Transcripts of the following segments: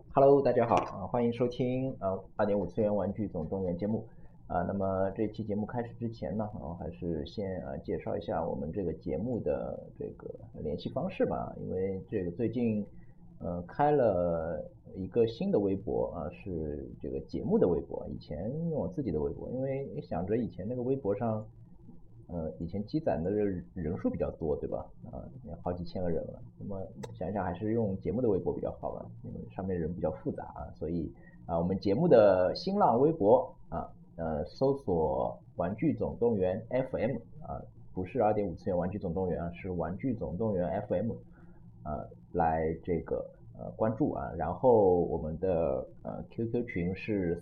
Hello，大家好欢迎收听2.5次元玩具总动员节目那么这期节目开始之前呢，还是先介绍一下我们这个节目的这个联系方式吧，因为这个最近开了一个新的微博是这个节目的微博，以前用我自己的微博，因为想着以前那个微博上以前积攒的人数比较多，对吧？好几千个人了。那么想一想，还是用节目的微博比较好吧，因为上面人比较复杂所以我们节目的新浪微博搜索“玩具总动员 FM” 不是2.5次元玩具总动员是玩具总动员 FM 来这个关注然后我们的QQ 群是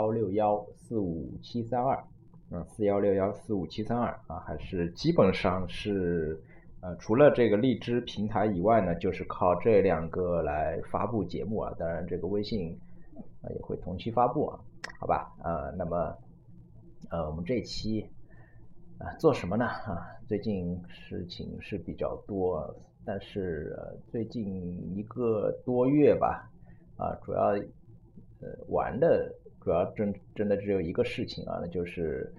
4161457732。4161457732还是基本上是除了这个荔枝平台以外呢，就是靠这两个来发布节目当然这个微信也会同期发布好吧那么我们这一期做什么呢最近事情是比较多，但是最近一个多月吧主要玩的主要真的只有一个事情那就是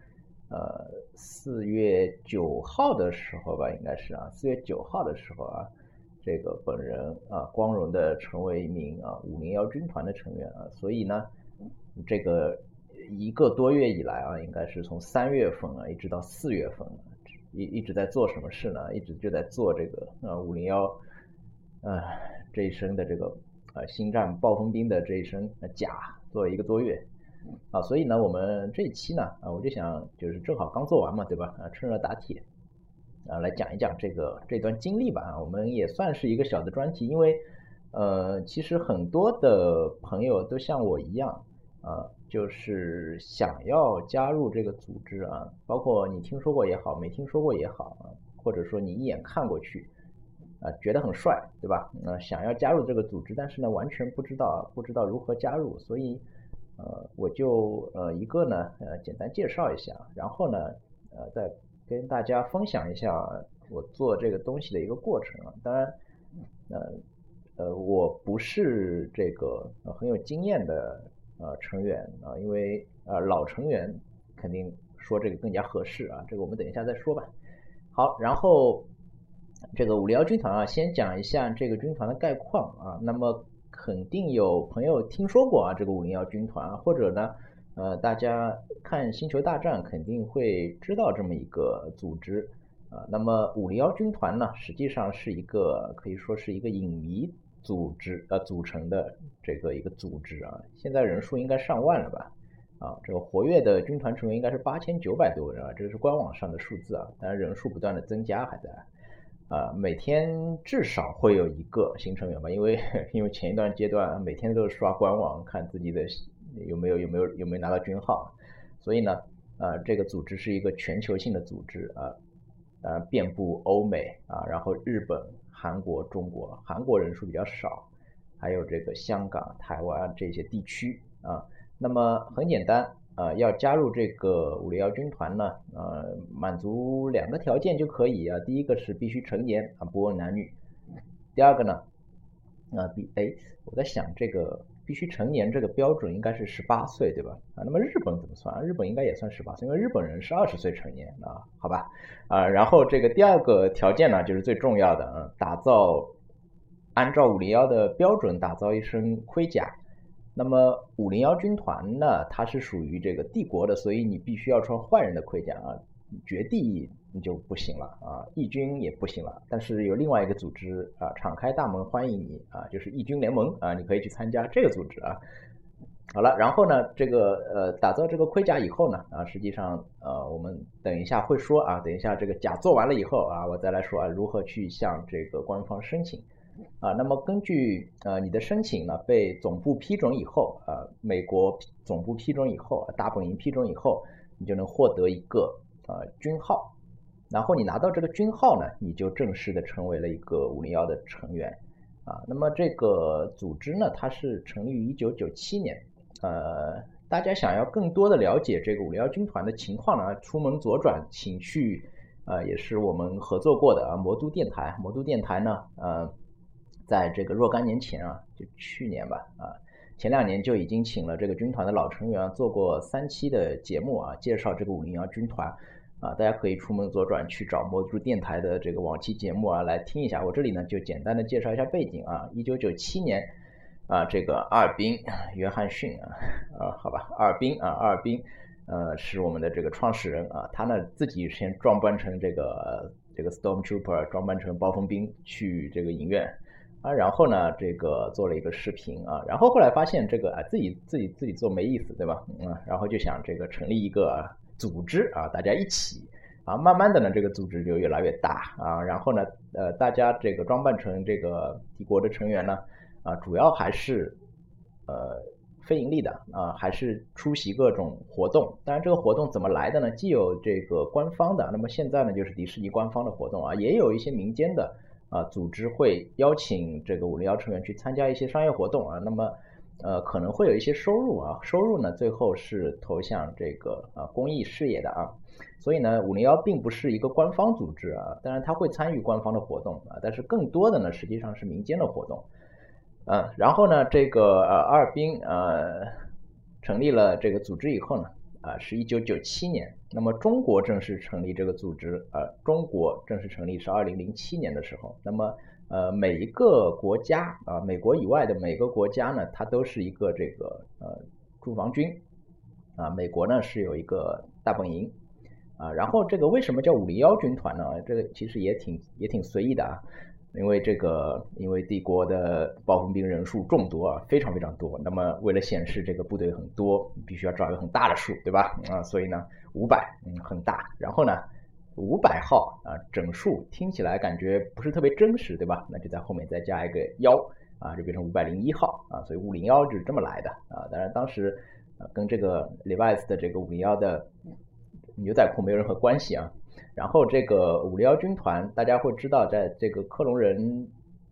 4月9号的时候吧，应该是4月9号的时候这个本人光荣的成为一名501军团的成员所以呢，这个一个多月以来应该是从3月份一直到4月份一直在做什么事呢？一直就在做这个501这一身的这个星战暴风兵的这一身甲，做了一个多月所以呢，我们这一期呢我就想就是正好刚做完嘛，对吧？趁热打铁来讲一讲这段经历吧我们也算是一个小的专题，因为其实很多的朋友都像我一样就是想要加入这个组织包括你听说过也好，没听说过也好或者说你一眼看过去觉得很帅，对吧？想要加入这个组织，但是呢，完全不知道如何加入，所以我就一个呢简单介绍一下，然后呢再跟大家分享一下我做这个东西的一个过程当然我不是这个很有经验的成员因为老成员肯定说这个更加合适这个我们等一下再说吧。好，然后这个501军团先讲一下这个军团的概况那么肯定有朋友听说过这个501军团或者呢大家看星球大战肯定会知道这么一个组织那么501军团呢实际上是一个可以说是一个影迷组织组成的这个一个组织现在人数应该上万了吧这个活跃的军团成员应该是8900多人这是官网上的数字当然人数不断的增加还在每天至少会有一个新成员吧，因为前一段阶段每天都是刷官网看自己的有没有拿到军号，所以呢这个组织是一个全球性的组织当然遍布欧美然后日本、韩国、中国，韩国人数比较少，还有这个香港、台湾这些地区那么很简单要加入这个501军团呢满足两个条件就可以第一个是必须成年不问男女。第二个呢我在想这个必须成年这个标准应该是18岁对吧那么日本怎么算日本应该也算18岁，因为日本人是20岁成年好吧然后这个第二个条件呢就是最重要的按照501的标准打造一身盔甲。那么501军团呢，它是属于这个帝国的，所以你必须要穿坏人的盔甲绝地你就不行了义军也不行了。但是有另外一个组织敞开大门欢迎你就是义军联盟你可以去参加这个组织好了，然后呢，这个打造这个盔甲以后呢实际上我们等一下会说等一下这个甲做完了以后我再来说如何去向这个官方申请。那么根据你的申请呢被总部批准以后美国总部批准以后大本营批准以后，你就能获得一个军号，然后你拿到这个军号呢，你就正式的成为了一个501的成员那么这个组织呢，它是成立于1997年。大家想要更多的了解这个501军团的情况呢，出门左转请去也是我们合作过的魔都电台。魔都电台呢在这个若干年前就去年吧前2年就已经请了这个军团的老成员做过3期的节目啊，介绍这个501军团啊，大家可以出门左转去找魔族电台的这个往期节目啊来听一下。我这里呢就简单的介绍一下背景啊，1997年啊，这个阿尔滨约翰逊好吧，阿尔滨是我们的这个创始人啊，他呢自己先装扮成这个 Stormtrooper， 装扮成暴风兵去这个影院啊，然后呢这个做了一个视频啊，然后后来发现这个自己做没意思，对吧？然后就想这个成立一个组织啊，大家一起啊，慢慢的呢这个组织就越来越大啊，然后呢大家这个装扮成这个帝国的成员呢啊，主要还是非盈利的啊，还是出席各种活动。当然这个活动怎么来的呢？既有这个官方的，那么现在呢就是迪士尼官方的活动啊，也有一些民间的组织会邀请这个501成员去参加一些商业活动啊，那么可能会有一些收入啊，收入呢最后是投向这个公益事业的啊，所以呢501并不是一个官方组织啊，当然它会参与官方的活动啊，但是更多的呢实际上是民间的活动。然后呢这个阿尔滨成立了这个组织以后呢是1997年，那么中国正式成立这个组织中国正式成立是2007年的时候，那么每一个国家美国以外的每个国家呢它都是一个这个驻防军美国呢是有一个大本营然后这个为什么叫501军团呢？这个其实也挺随意的啊，因为帝国的暴风兵人数众多非常非常多，那么为了显示这个部队很多，必须要找一个很大的数，对吧？所以呢500很大，然后呢500号整数听起来感觉不是特别真实，对吧？那就在后面再加一个1就变成501号所以501就是这么来的当然当时跟这个 Levi's 的这个501的牛仔裤没有任何关系啊。然后这个501军团大家会知道，在这个克隆人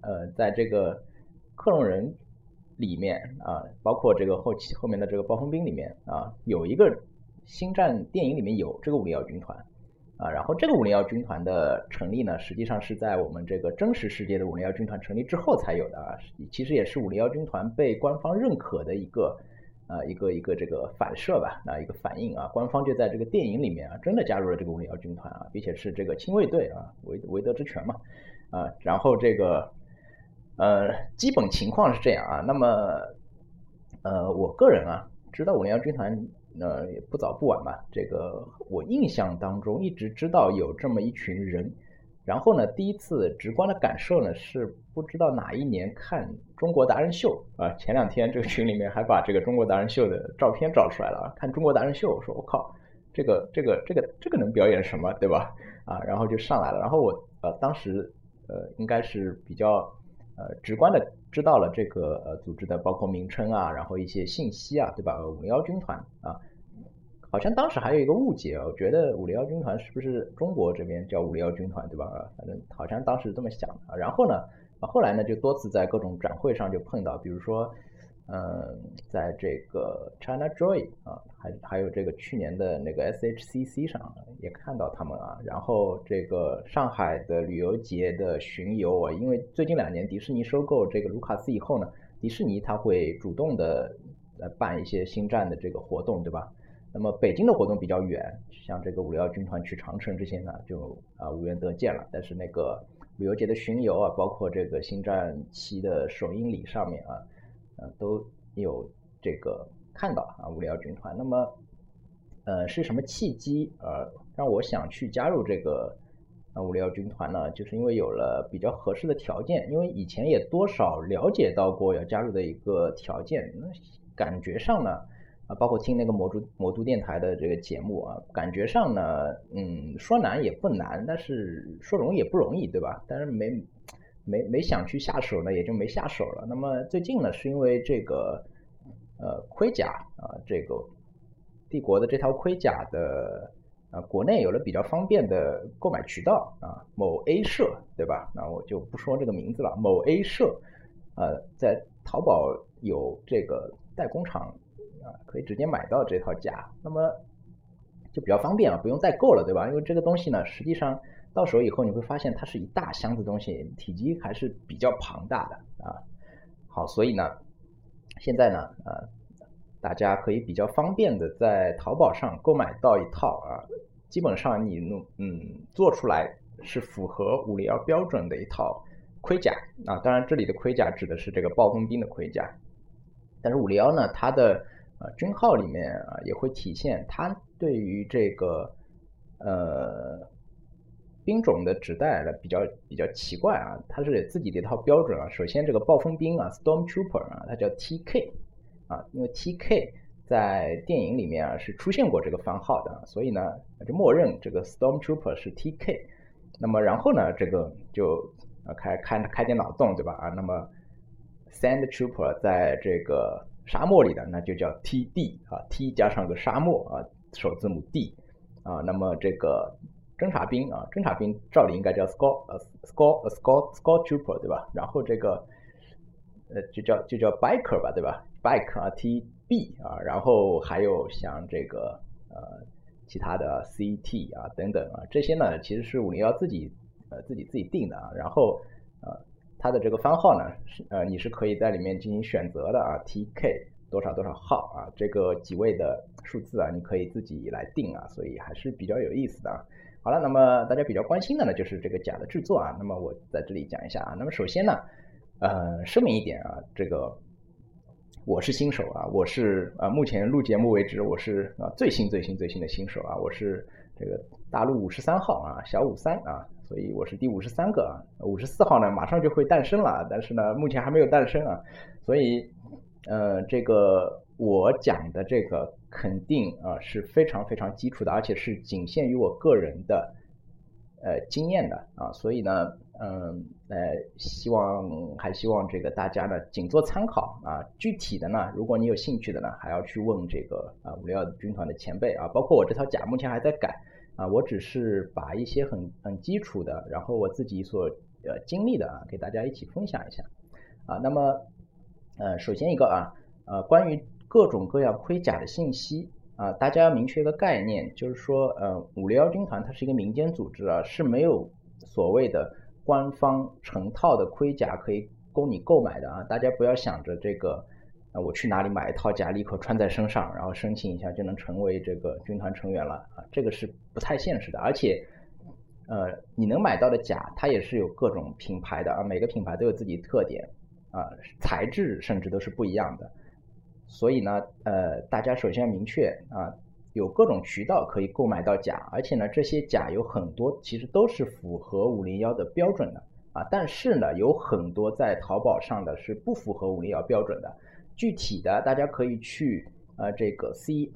里面包括这个后面的这个暴风兵里面有一个星战电影里面有这个501军团然后这个501军团的成立呢，实际上是在我们这个真实世界的501军团成立之后才有的其实也是501军团被官方认可的一个这个反射吧一个反应官方就在这个电影里面真的加入了这个501军团并且是这个亲卫队维德之权嘛然后这个基本情况是这样那么我个人知道501军团也不早不晚吧，这个我印象当中一直知道有这么一群人，然后呢第一次直观的感受呢是不知道哪一年看中国达人秀前2天这个群里面还把这个中国达人秀的照片找出来了看中国达人秀，我说我靠，这个能表演什么，对吧然后就上来了，然后我当时应该是比较直观的知道了这个组织的包括名称然后一些信息对吧？501军团好像当时还有一个误解我觉得501军团是不是中国这边叫501军团，对吧反正好像当时这么想的然后呢后来呢就多次在各种展会上就碰到，比如说在这个 China Joy 还有这个去年的那个 SHCC 上也看到他们然后这个上海的旅游节的巡游因为最近2年迪士尼收购这个卢卡斯以后呢，迪士尼它会主动的办一些星战的这个活动，对吧？那么北京的活动比较远，像这个501军团去长城这些呢就无缘得见了，但是那个旅游节的巡游包括这个星战7的首映礼上面都有这个看到501军团。那么是什么契机让我想去加入这个501军团呢？就是因为有了比较合适的条件，因为以前也多少了解到过要加入的一个条件，感觉上呢包括听那个魔都电台的这个节目感觉上呢说难也不难，但是说容易也不容易，对吧？但是没想去下手呢，也就没下手了。那么最近呢是因为这个盔甲这个帝国的这套盔甲的国内有了比较方便的购买渠道某 A 社，对吧？那我就不说这个名字了，某 A 社在淘宝有这个代工厂可以直接买到这套甲，那么就比较方便不用代购了，对吧？因为这个东西呢实际上到手以后你会发现它是一大箱子东西，体积还是比较庞大的好，所以呢现在呢，大家可以比较方便的在淘宝上购买到一套基本上你做出来是符合501标准的一套盔甲当然这里的盔甲指的是这个暴风兵的盔甲，但是501呢，它的军号里面也会体现它对于这个兵种的指代呢比较奇怪它是自己的一套标准首先这个暴风兵Stormtrooper 它叫 TK 因为 TK 在电影里面是出现过这个番号的，所以呢就默认这个 Stormtrooper 是 TK。那么然后呢，这个就开点脑洞，对吧那么 Sand Trooper 在这个沙漠里的那就叫 TD T 加上个沙漠首字母 D 那么这个侦察兵照理应该叫 Scout Trooper 对吧？然后这个就叫 Biker 吧，对吧？Bike TB然后还有像这个其他的 CT等等这些呢其实是501自己定的然后它的这个番号呢你是可以在里面进行选择的TK 多少多少号这个几位的数字你可以自己来定所以还是比较有意思的好了，那么大家比较关心的呢就是这个甲的制作那么我在这里讲一下那么首先呢声明一点这个我是新手我是目前录节目为止我是最新的新手我是这个大陆53号小53所以我是第53个54号呢马上就会诞生了，但是呢目前还没有诞生所以这个我讲的这个肯定是非常非常基础的，而且是仅限于我个人的经验的所以呢希望这个大家呢仅做参考具体的呢如果你有兴趣的呢还要去问这个501军团的前辈包括我这套甲目前还在改我只是把一些很基础的然后我自己所经历的给大家一起分享一下那么首先一个关于各种各样盔甲的信息大家要明确一个概念，就是说501军团它是一个民间组织是没有所谓的官方成套的盔甲可以供你购买的大家不要想着这个我去哪里买一套甲立刻穿在身上，然后申请一下就能成为这个军团成员了这个是不太现实的，而且你能买到的甲它也是有各种品牌的每个品牌都有自己的特点材质甚至都是不一样的，所以呢大家首先要明确有各种渠道可以购买到甲，而且呢这些甲有很多其实都是符合501的标准的但是呢有很多在淘宝上的是不符合501标准的，具体的大家可以去这个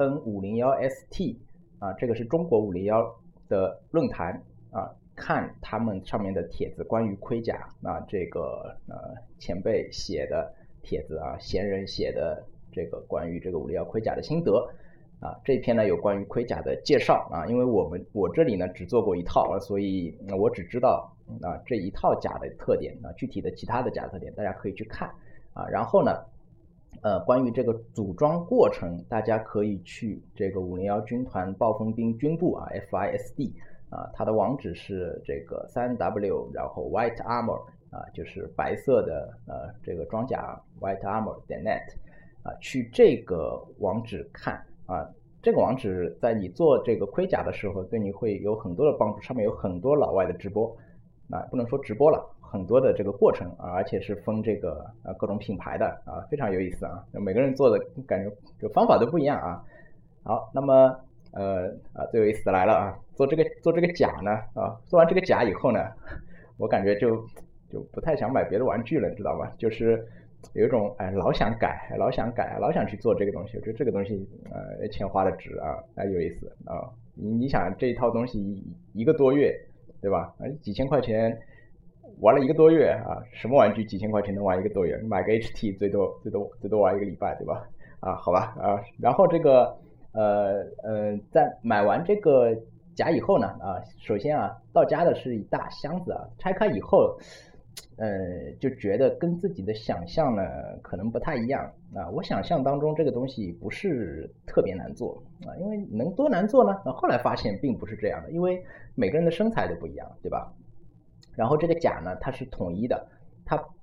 CN501ST 这个是中国501的论坛看他们上面的帖子，关于盔甲这个前辈写的帖子闲人写的这个关于这个501盔甲的心得这篇呢有关于盔甲的介绍因为我这里呢只做过一套所以我只知道这一套甲的特点具体的其他的甲特点大家可以去看然后呢关于这个组装过程大家可以去这个501军团暴风兵军部FISD它的网址是这个 3W 然后 White Armor 就是白色的这个装甲 whitearmor.net 去这个网址看这个网址在你做这个盔甲的时候对你会有很多的帮助，上面有很多老外的直播不能说直播了，很多的这个过程而且是分这个各种品牌的非常有意思每个人做的感觉就方法都不一样好，那么最有意思的来了做这个甲呢做完这个甲以后呢我感觉就不太想买别的玩具了，你知道吗？就是有一种老想改老想去做这个东西，我觉得这个东西钱花的值有意思你想这一套东西1个多月对吧几千块钱玩了1个多月什么玩具几千块钱能玩1个多月，买个 HT 最多玩1个礼拜对吧好吧然后这个在买完这个甲以后呢首先到家的是一大箱子拆开以后就觉得跟自己的想象呢可能不太一样我想象当中这个东西不是特别难做因为能多难做呢后来发现并不是这样的，因为每个人的身材都不一样对吧，然后这个甲呢它是统一的，它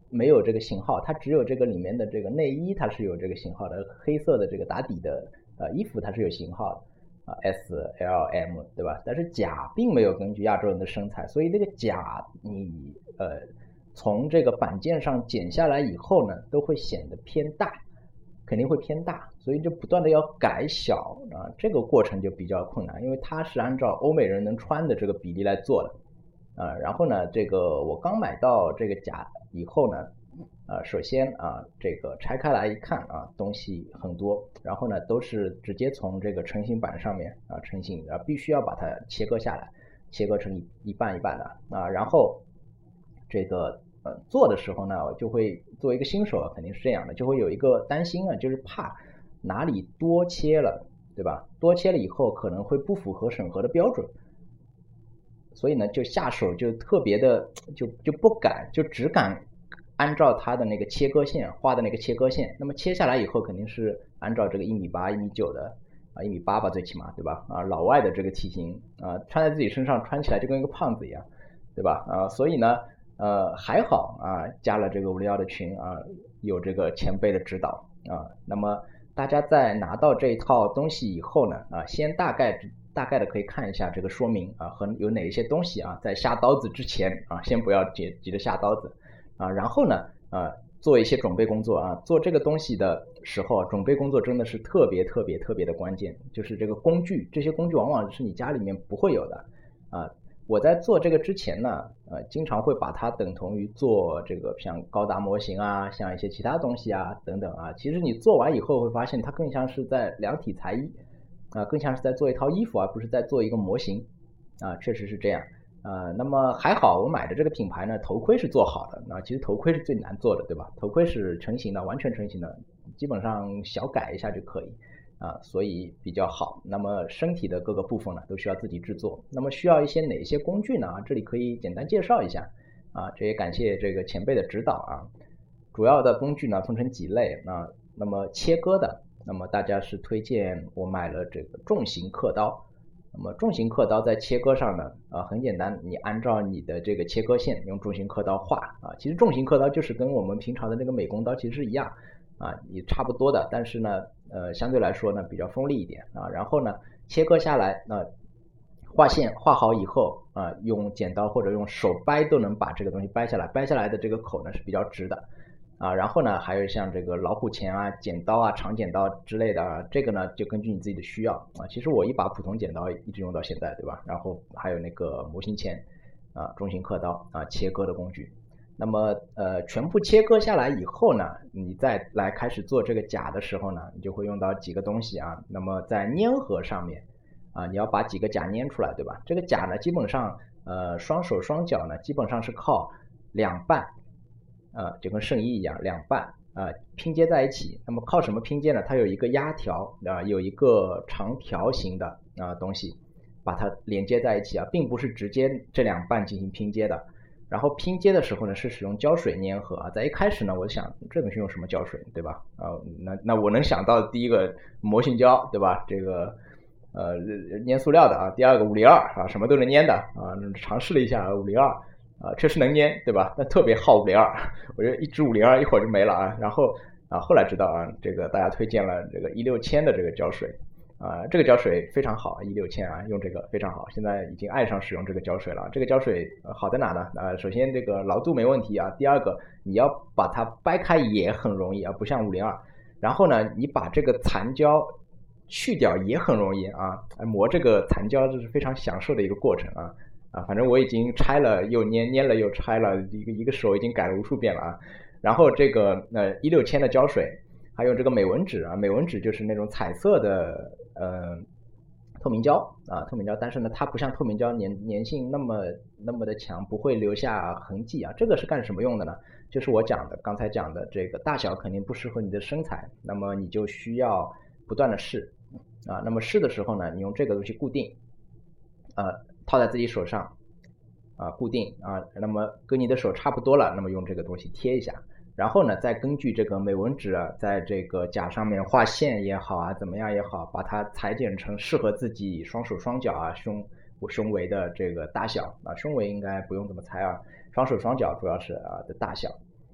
没有这个型号，它只有这个里面的这个内衣它是有这个型号的，黑色的这个打底的衣服它是有型号的S、L、M 对吧？但是甲并没有根据亚洲人的身材，所以这个甲你从这个板件上剪下来以后呢，都会显得偏大，肯定会偏大，所以就不断的要改小啊，这个过程就比较困难，因为它是按照欧美人能穿的这个比例来做的。然后呢，这个我刚买到这个甲以后呢，首先这个拆开来一看东西很多，然后呢都是直接从这个成型板上面成型，必须要把它切割下来，切割成一半一半的然后这个做的时候呢，我就会作为一个新手肯定是这样的，就会有一个担心就是怕哪里多切了，对吧？多切了以后可能会不符合审核的标准。所以呢，就下手就特别的就不敢，就只敢按照它的那个切割线画的那个切割线。那么切下来以后肯定是按照这个1.8米、1.9米的1.8米吧，最起码对吧？老外的这个体型穿在自己身上穿起来就跟一个胖子一样，对吧？所以呢还好加了这个501的群有这个前辈的指导那么大家在拿到这一套东西以后呢先大概的可以看一下这个说明和有哪一些东西在下刀子之前先不要急着下刀子然后呢做一些准备工作做这个东西的时候准备工作真的是特别的关键，就是这个工具，这些工具往往是你家里面不会有的我在做这个之前呢经常会把它等同于做这个像高达模型像一些其他东西等等其实你做完以后会发现它更像是在量体裁衣更像是在做一套衣服而不是在做一个模型确实是这样那么还好我买的这个品牌呢头盔是做好的其实头盔是最难做的对吧？头盔是成型的，完全成型的，基本上小改一下就可以所以比较好。那么身体的各个部分呢都需要自己制作，那么需要一些哪些工具呢这里可以简单介绍一下这也感谢这个前辈的指导主要的工具呢分成几类那么切割的，那么大家是推荐我买了这个重型刻刀。那么重型刻刀在切割上呢很简单，你按照你的这个切割线用重型刻刀画其实重型刻刀就是跟我们平常的那个美工刀其实是一样也差不多的，但是呢相对来说呢比较锋利一点然后呢切割下来画线画好以后用剪刀或者用手掰都能把这个东西掰下来，掰下来的这个口呢是比较直的然后呢还有像这个老虎钳剪刀长剪刀之类的这个呢就根据你自己的需要其实我一把普通剪刀一直用到现在对吧？然后还有那个模型钳重型刻刀切割的工具。那么全部切割下来以后呢，你再来开始做这个甲的时候呢，你就会用到几个东西那么在粘合上面你要把几个甲粘出来对吧？这个甲呢基本上双手双脚呢基本上是靠两半就跟圣衣一样两半拼接在一起。那么靠什么拼接呢？它有一个压条有一个长条形的东西把它连接在一起并不是直接这两半进行拼接的。然后拼接的时候呢是使用胶水粘合在一开始呢我想这东西用什么胶水对吧那我能想到第一个模型胶对吧？这个粘塑料的第二个502什么都能粘的尝试了一下502确实能粘对吧？但特别耗502，我觉得一支502一会儿就没了然后后来知道这个大家推荐了这个16000的这个胶水这个胶水非常好，16000用这个非常好，现在已经爱上使用这个胶水了。这个胶水好在哪呢首先这个牢度没问题第二个你要把它掰开也很容易不像502。然后呢你把这个残胶去掉也很容易磨这个残胶这是非常享受的一个过程反正我已经拆了又粘了又拆了，一个手已经改了无数遍了然后这个16000的胶水还有这个美纹纸美纹纸就是那种彩色的透明胶透明胶，但是呢它不像透明胶粘性那么的强，不会留下痕迹这个是干什么用的呢？就是我刚才讲的这个大小肯定不适合你的身材，那么你就需要不断的试那么试的时候呢你用这个东西固定套在自己手上固定那么跟你的手差不多了，那么用这个东西贴一下，然后呢再根据这个美纹纸在这个甲上面画线也好怎么样也好，把它裁剪成适合自己双手双脚胸围的这个大小胸围应该不用怎么裁双手双脚主要是的大小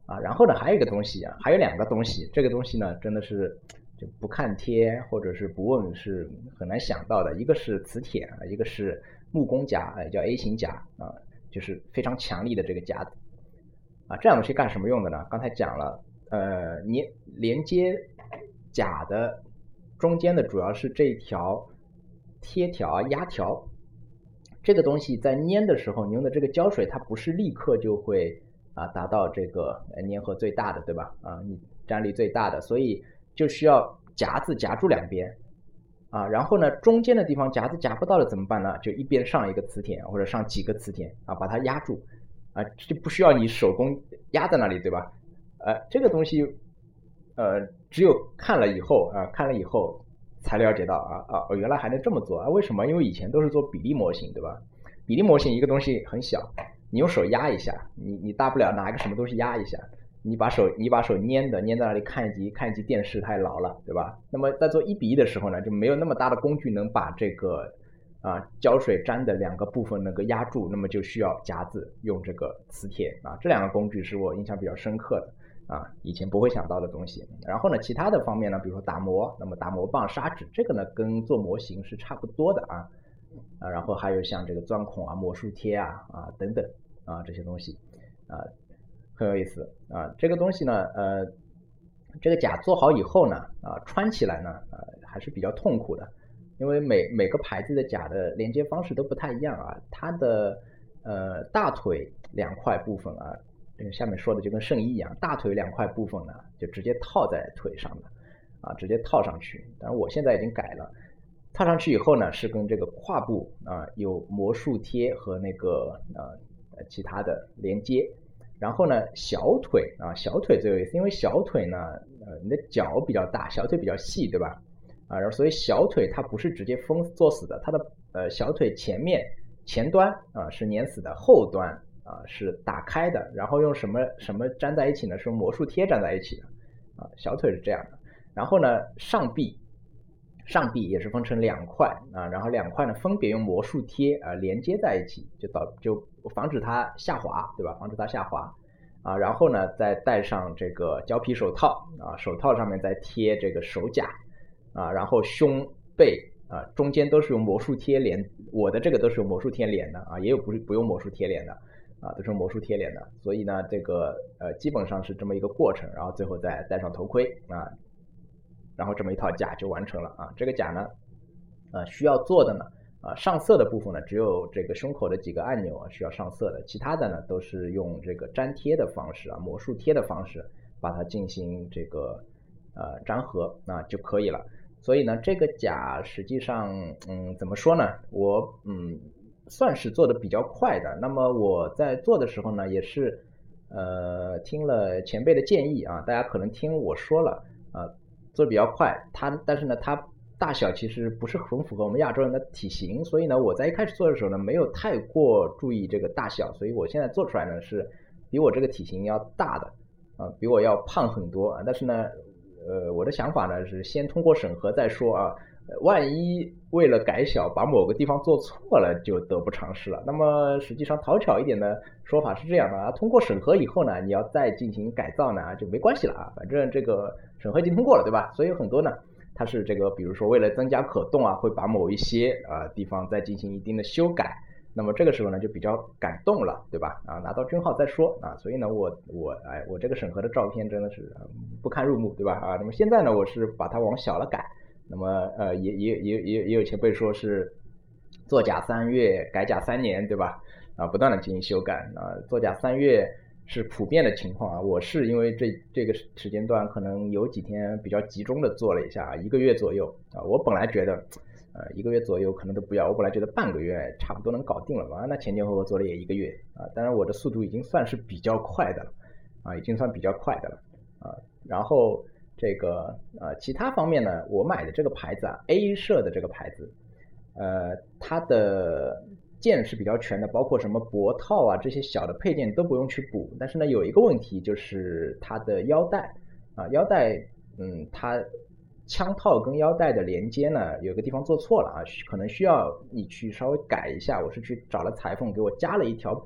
啊。然后呢，还有一个东西啊，还有两个东西，这个东西呢真的是就不看贴或者是不问是很难想到的。一个是磁铁啊，一个是木工夹，叫 A 型夹啊，就是非常强力的这个夹子啊。这样东西干什么用的呢？刚才讲了，连接夹的中间的主要是这一条贴条啊、压条。这个东西在粘的时候，你用的这个胶水，它不是立刻就会达到这个粘合最大的，对吧？你粘力最大的，所以就需要夹子夹住两边啊。然后呢，中间的地方夹子夹不到了怎么办呢？就一边上一个磁铁或者上几个磁铁啊，把它压住啊，就不需要你手工压在那里，对吧？这个东西只有看了以后才了解到原来还能这么做啊？为什么？因为以前都是做比例模型，对吧？比例模型一个东西很小，你用手压一下，你大不了拿一个什么东西压一下，你把手粘在那里看一集电视太牢了，对吧？那么在做1:1的时候呢，就没有那么大的工具能把这个胶水粘的两个部分能够压住，那么就需要夹子用这个磁铁啊。这两个工具是我印象比较深刻的。以前不会想到的东西。然后呢，其他的方面呢，比如说打磨，那么打磨棒、砂纸，这个呢跟做模型是差不多的然后还有像这个钻孔魔术贴等等这些东西很有意思这个东西呢这个甲做好以后呢穿起来呢还是比较痛苦的，因为每个牌子的甲的连接方式都不太一样它的大腿两块部分这个下面说的就跟圣衣一样，大腿两块部分呢就直接套在腿上的直接套上去。当然我现在已经改了，套上去以后呢是跟这个胯部有魔术贴和那个其他的连接。然后呢小腿最有意思，因为小腿呢你的脚比较大，小腿比较细，对吧？然后所以小腿它不是直接做死的，它的小腿前端是粘死的，后端是打开的，然后用什么粘在一起呢？是用魔术贴粘在一起的小腿是这样的。然后呢上臂也是分成两块然后两块呢分别用魔术贴连接在一起，就防止它下滑，对吧？防止它下滑然后呢再戴上这个胶皮手套手套上面再贴这个手甲然后胸背中间都是用魔术贴连，我的这个都是用魔术贴连的也有不用魔术贴连的都是用魔术贴连的。所以呢这个基本上是这么一个过程，然后最后再戴上头盔然后这么一套甲就完成了这个甲呢需要做的呢上色的部分呢只有这个胸口的几个按钮需要上色的，其他的呢都是用这个粘贴的方式魔术贴的方式把它进行这个粘合就可以了。所以呢这个甲实际上怎么说呢，我算是做的比较快的。那么我在做的时候呢也是听了前辈的建议大家可能听我说了做的比较快，但是呢它大小其实不是很符合我们亚洲人的体型，所以呢我在一开始做的时候呢没有太过注意这个大小，所以我现在做出来呢是比我这个体型要大的比我要胖很多但是呢我的想法呢是先通过审核再说万一为了改小把某个地方做错了就得不偿失了。那么实际上讨巧一点的说法是这样的通过审核以后呢你要再进行改造呢就没关系了反正这个审核已经通过了，对吧？所以有很多呢它是这个比如说为了增加可动会把某一些地方再进行一定的修改，那么这个时候呢就比较感动了，对吧？拿到军号再说所以呢我这个审核的照片真的是不堪入目，对吧？那么现在呢我是把它往小了改，那么也有前辈说是做甲3月改甲3年，对吧？不断的进行修改做甲3月是普遍的情况我是因为这个时间段可能有几天比较集中的做了一下1个月左右我本来觉得1个月左右可能都不要，我本来觉得半个月差不多能搞定了嘛，那前前后后做了也1个月当然我的速度已经算是比较快的了已经算比较快的了然后这个其他方面呢，我买的这个牌子A 社的这个牌子它的件是比较全的，包括什么脖套这些小的配件都不用去补。但是呢有一个问题就是它的腰带腰带它枪套跟腰带的连接呢有个地方做错了可能需要你去稍微改一下，我是去找了裁缝给我加了一条布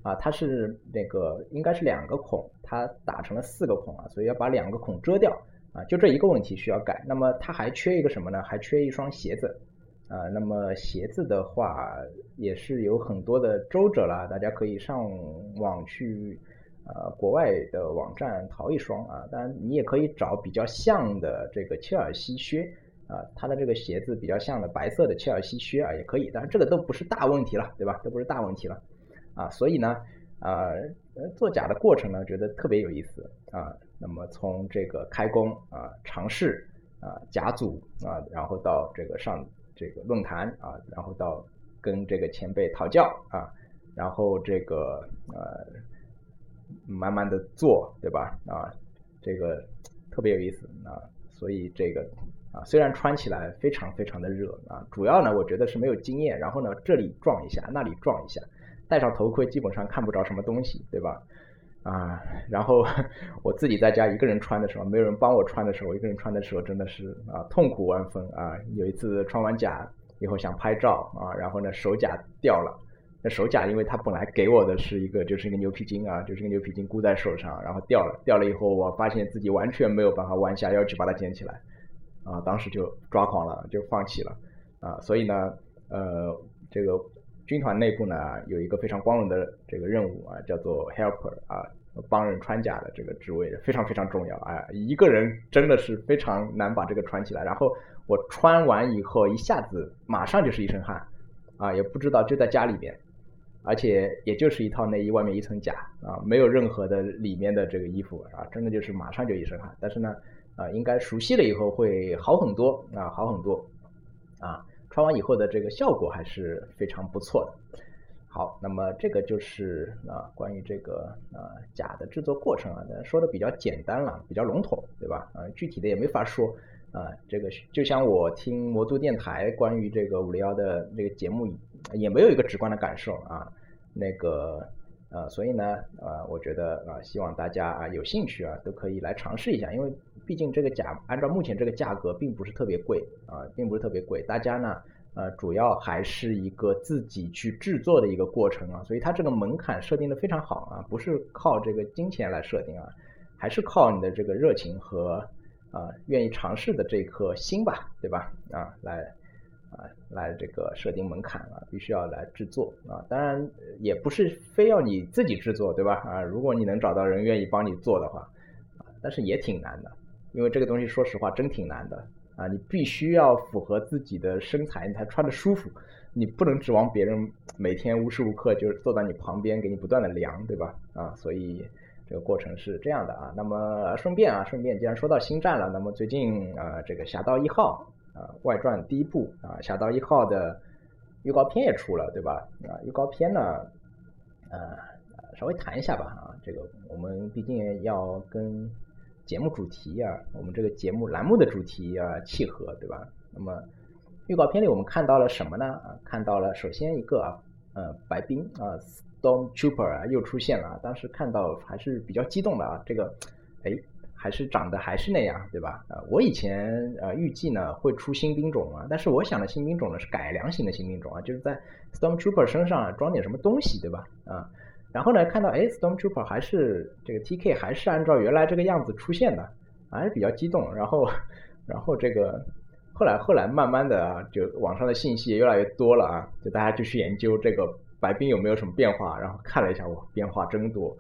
啊，它是那个应该是2个孔，它打成了4个孔啊，所以要把2个孔遮掉啊，就这一个问题需要改。那么它还缺一个什么呢？还缺一双鞋子啊。那么鞋子的话也是有很多的周折啦，大家可以上网去国外的网站淘一双啊。当然你也可以找比较像的这个切尔西靴啊，它的这个鞋子比较像的白色的切尔西靴啊，也可以。当然这个都不是大问题了，对吧？都不是大问题了。啊，所以呢，做假的过程呢，觉得特别有意思啊。那么从这个开工啊、尝试啊、甲组啊，然后到这个上这个论坛啊，然后到跟这个前辈讨教啊，然后这个慢慢的做，对吧？啊，这个特别有意思啊。所以这个啊，虽然穿起来非常非常的热啊，主要呢，我觉得是没有经验，然后呢，这里撞一下，那里撞一下。戴上头盔基本上看不着什么东西，对吧？啊，然后我自己在家一个人穿的时候，没有人帮我穿的时候，我一个人穿的时候真的是痛苦万分啊！有一次穿完甲以后想拍照啊，然后呢手甲掉了，那手甲因为它本来给我的是一个牛皮筋啊，就是一个牛皮筋箍在手上，然后掉了以后，我发现自己完全没有办法弯下腰去把它捡起来啊，当时就抓狂了，就放弃了啊。所以呢，这个军团内部呢有一个非常光荣的这个任务啊，叫做 helper 啊，帮人穿甲的这个职位非常非常重要啊，一个人真的是非常难把这个穿起来。然后我穿完以后一下子马上就是一身汗啊，也不知道就在家里边，而且也就是一套内衣外面一层甲啊，没有任何的里面的这个衣服啊，真的就是马上就一身汗。但是呢应该熟悉了以后会好很多啊，好很多啊。穿完以后的这个效果还是非常不错的。好，那么这个就是关于这个甲的制作过程啊，说的比较简单了，比较笼统，对吧？具体的也没法说这个就像我听魔都电台关于这个501的这个节目，也没有一个直观的感受啊。那个所以呢我觉得希望大家有兴趣都可以来尝试一下，因为毕竟这个甲按照目前这个价格并不是特别贵并不是特别贵，大家呢主要还是一个自己去制作的一个过程所以它这个门槛设定的非常好不是靠这个金钱来设定还是靠你的这个热情和愿意尝试的这颗心吧，对吧？来这个设定门槛必须要来制作当然也不是非要你自己制作，对吧？如果你能找到人愿意帮你做的话但是也挺难的，因为这个东西说实话真挺难的你必须要符合自己的身材，你才穿着舒服，你不能指望别人每天无时无刻就是坐在你旁边给你不断的量，对吧？所以这个过程是这样的那么顺便既然说到星战了，那么最近这个侠盗1号外传第1部侠盗1号的预告片也出了，对吧？预告片呢稍微谈一下吧这个我们毕竟要跟节目主题我们这个节目栏目的主题契合，对吧？那么预告片里我们看到了什么呢看到了首先一个白兵Stormtrooper 又出现了当时看到还是比较激动的这个还是长得还是那样，对吧？我以前预计呢会出新兵种但是我想的新兵种呢是改良型的新兵种就是在 Stormtrooper 身上装点什么东西，对吧？然后呢看到Stormtrooper 还是这个 TK 还是按照原来这个样子出现的还是比较激动。然后这个后来慢慢的就网上的信息也越来越多了就大家就去研究这个白兵有没有什么变化，然后看了一下变化真多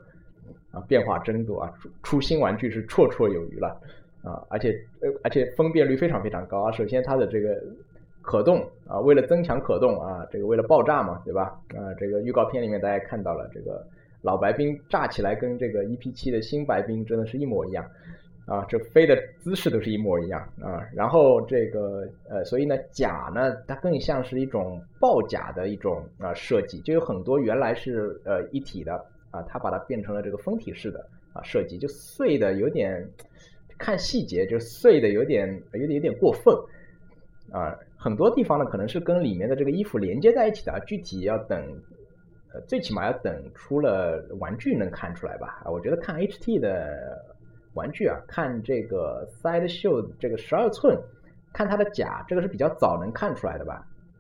出新玩具是绰绰有余了而且分辨率非常非常高首先它的这个可动为了增强可动这个为了爆炸嘛，对吧？这个预告片里面大家看到了这个老白兵炸起来跟这个 EP7 的新白兵真的是一模一样这飞的姿势都是一模一样然后这个所以呢甲呢它更像是一种爆甲的一种设计，就有很多原来是一体的它把它变成了这个分体式的设计，就碎的有点看细节就碎的有点过分很多地方呢可能是跟里面的这个衣服连接在一起的具体要等最起码要等出了玩具能看出来吧我觉得看 HT 的玩具看这个 Sideshow 这个12寸看它的甲这个是比较早能看出来的吧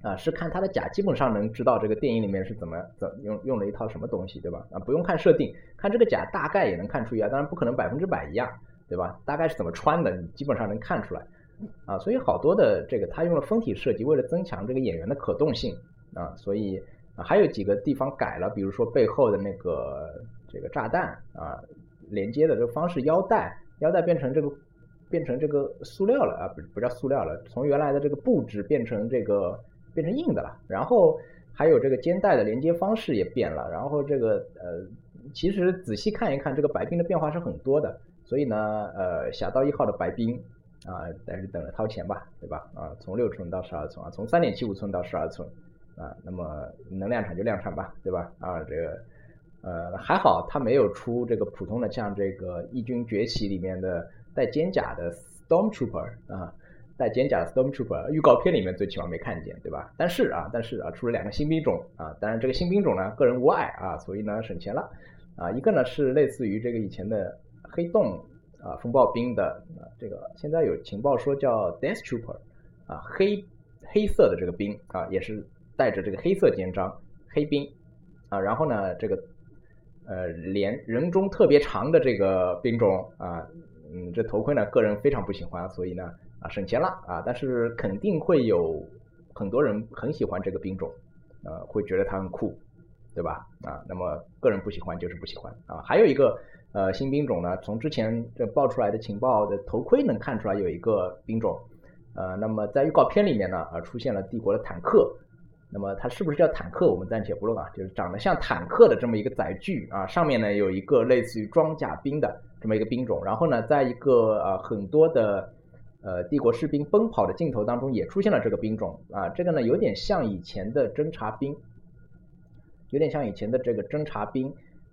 是看它的甲，基本上能知道这个电影里面是怎么用了一套什么东西，对吧？不用看设定，看这个甲大概也能看出一样，当然不可能100%一样，对吧？大概是怎么穿的，你基本上能看出来所以好多的这个他用了封体设计，为了增强这个演员的可动性所以还有几个地方改了，比如说背后的那个这个炸弹连接的这个方式，腰带变成这个塑料了不叫塑料了，从原来的这个布质变成硬的了，然后还有这个肩带的连接方式也变了，然后这个其实仔细看一看，这个白冰的变化是很多的，所以呢侠盗1号的白冰在日本掏钱吧，对吧？从6寸到12寸从3.75寸到12寸那么能量产就量产吧，对吧？这个还好它没有出这个普通的像这个义军崛起里面的带肩甲的 Stormtrooper 带肩甲的 Stormtrooper 预告片里面最起码没看见，对吧？但是出了2个新兵种当然这个新兵种呢个人无爱所以呢省钱了一个呢是类似于这个以前的黑洞风暴兵的这个现在有情报说叫 Death Trooper 黑色的这个兵也是带着这个黑色肩章黑兵然后呢这个连人中特别长的这个兵种这头盔呢个人非常不喜欢，所以呢省钱了但是肯定会有很多人很喜欢这个兵种会觉得它很酷，对吧？那么个人不喜欢就是不喜欢还有一个新兵种呢，从之前这爆出来的情报的头盔能看出来有一个兵种那么在预告片里面呢出现了帝国的坦克，那么它是不是叫坦克我们暂且不论就是长得像坦克的这么一个载具上面呢有一个类似于装甲兵的这么一个兵种，然后呢在一个很多的帝国士兵奔跑的镜头当中也出现了这个兵种这个呢有点像以前的侦察兵，有点像以前的这个侦察兵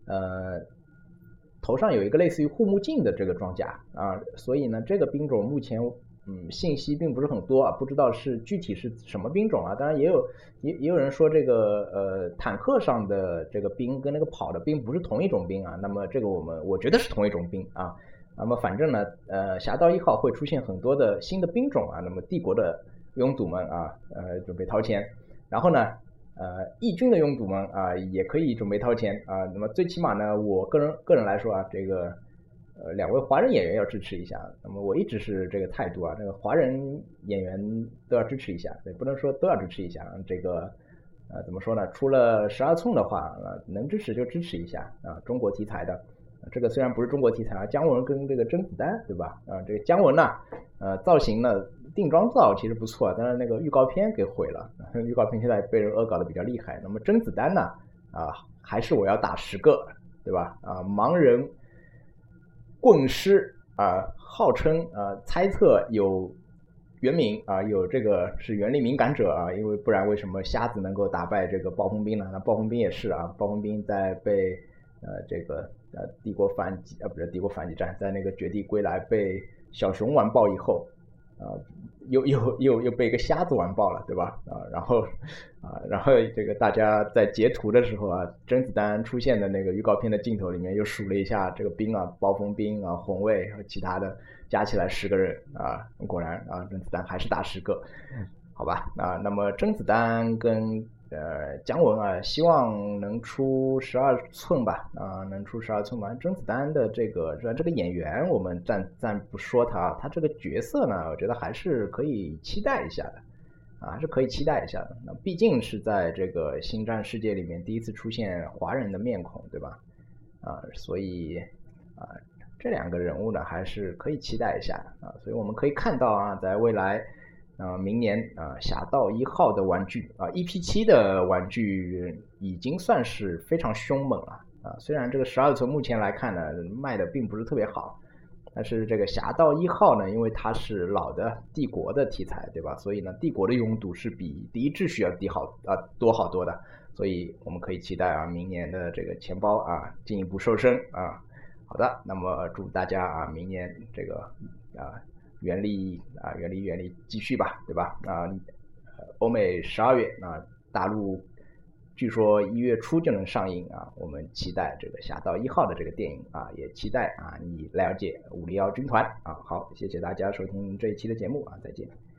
头上有一个类似于护目镜的这个装甲所以呢这个兵种目前信息并不是很多不知道是具体是什么兵种当然也有人说这个坦克上的这个兵跟那个跑的兵不是同一种兵那么这个我觉得是同一种兵那么反正呢侠盗1号会出现很多的新的兵种那么帝国的拥堵们准备掏钱，然后呢义军的拥堵们也可以准备掏钱那么最起码呢我个人来说这个2位华人演员要支持一下，那么我一直是这个态度这个华人演员都要支持一下，对，不能说都要支持一下这个怎么说呢，出了12寸的话能支持就支持一下中国题材的这个虽然不是中国题材姜文跟这个甄子丹，对吧这个姜文呢造型呢定妆造其实不错但是那个预告片给毁了预告片现在被人恶搞的比较厉害，那么甄子丹呢还是我要打10个，对吧盲人棍师号称猜测有原名有这个是原力敏感者因为不然为什么瞎子能够打败这个暴风兵呢？那暴风兵也是暴风兵在被这个帝国反击不是帝国反击战，在那个绝地归来被小熊完爆以后又被一个瞎子完爆了，对吧然后这个大家在截图的时候甄子丹出现的那个预告片的镜头里面又数了一下这个兵暴风兵红卫和其他的加起来10个人果然甄子丹还是打10个，好吧那么甄子丹跟姜文希望能出12寸吧能出12寸吧。甄子丹的这个演员我们暂不说他这个角色呢我觉得还是可以期待一下的还是可以期待一下的，那毕竟是在这个星战世界里面第一次出现华人的面孔，对吧所以这2个人物呢还是可以期待一下所以我们可以看到在未来明年侠盗1号的玩具EP7 的玩具已经算是非常凶猛了虽然这个12寸目前来看呢卖的并不是特别好，但是这个侠盗1号呢因为它是老的帝国的题材，对吧？所以呢帝国的拥堵是比第一秩序要多好多的，所以我们可以期待明年的这个钱包进一步瘦身好的，那么祝大家明年这个原力继续吧，对吧欧美12月大陆据说1月初就能上映我们期待这个侠盗1号的这个电影也期待你了解501军团好，谢谢大家收听这一期的节目再见。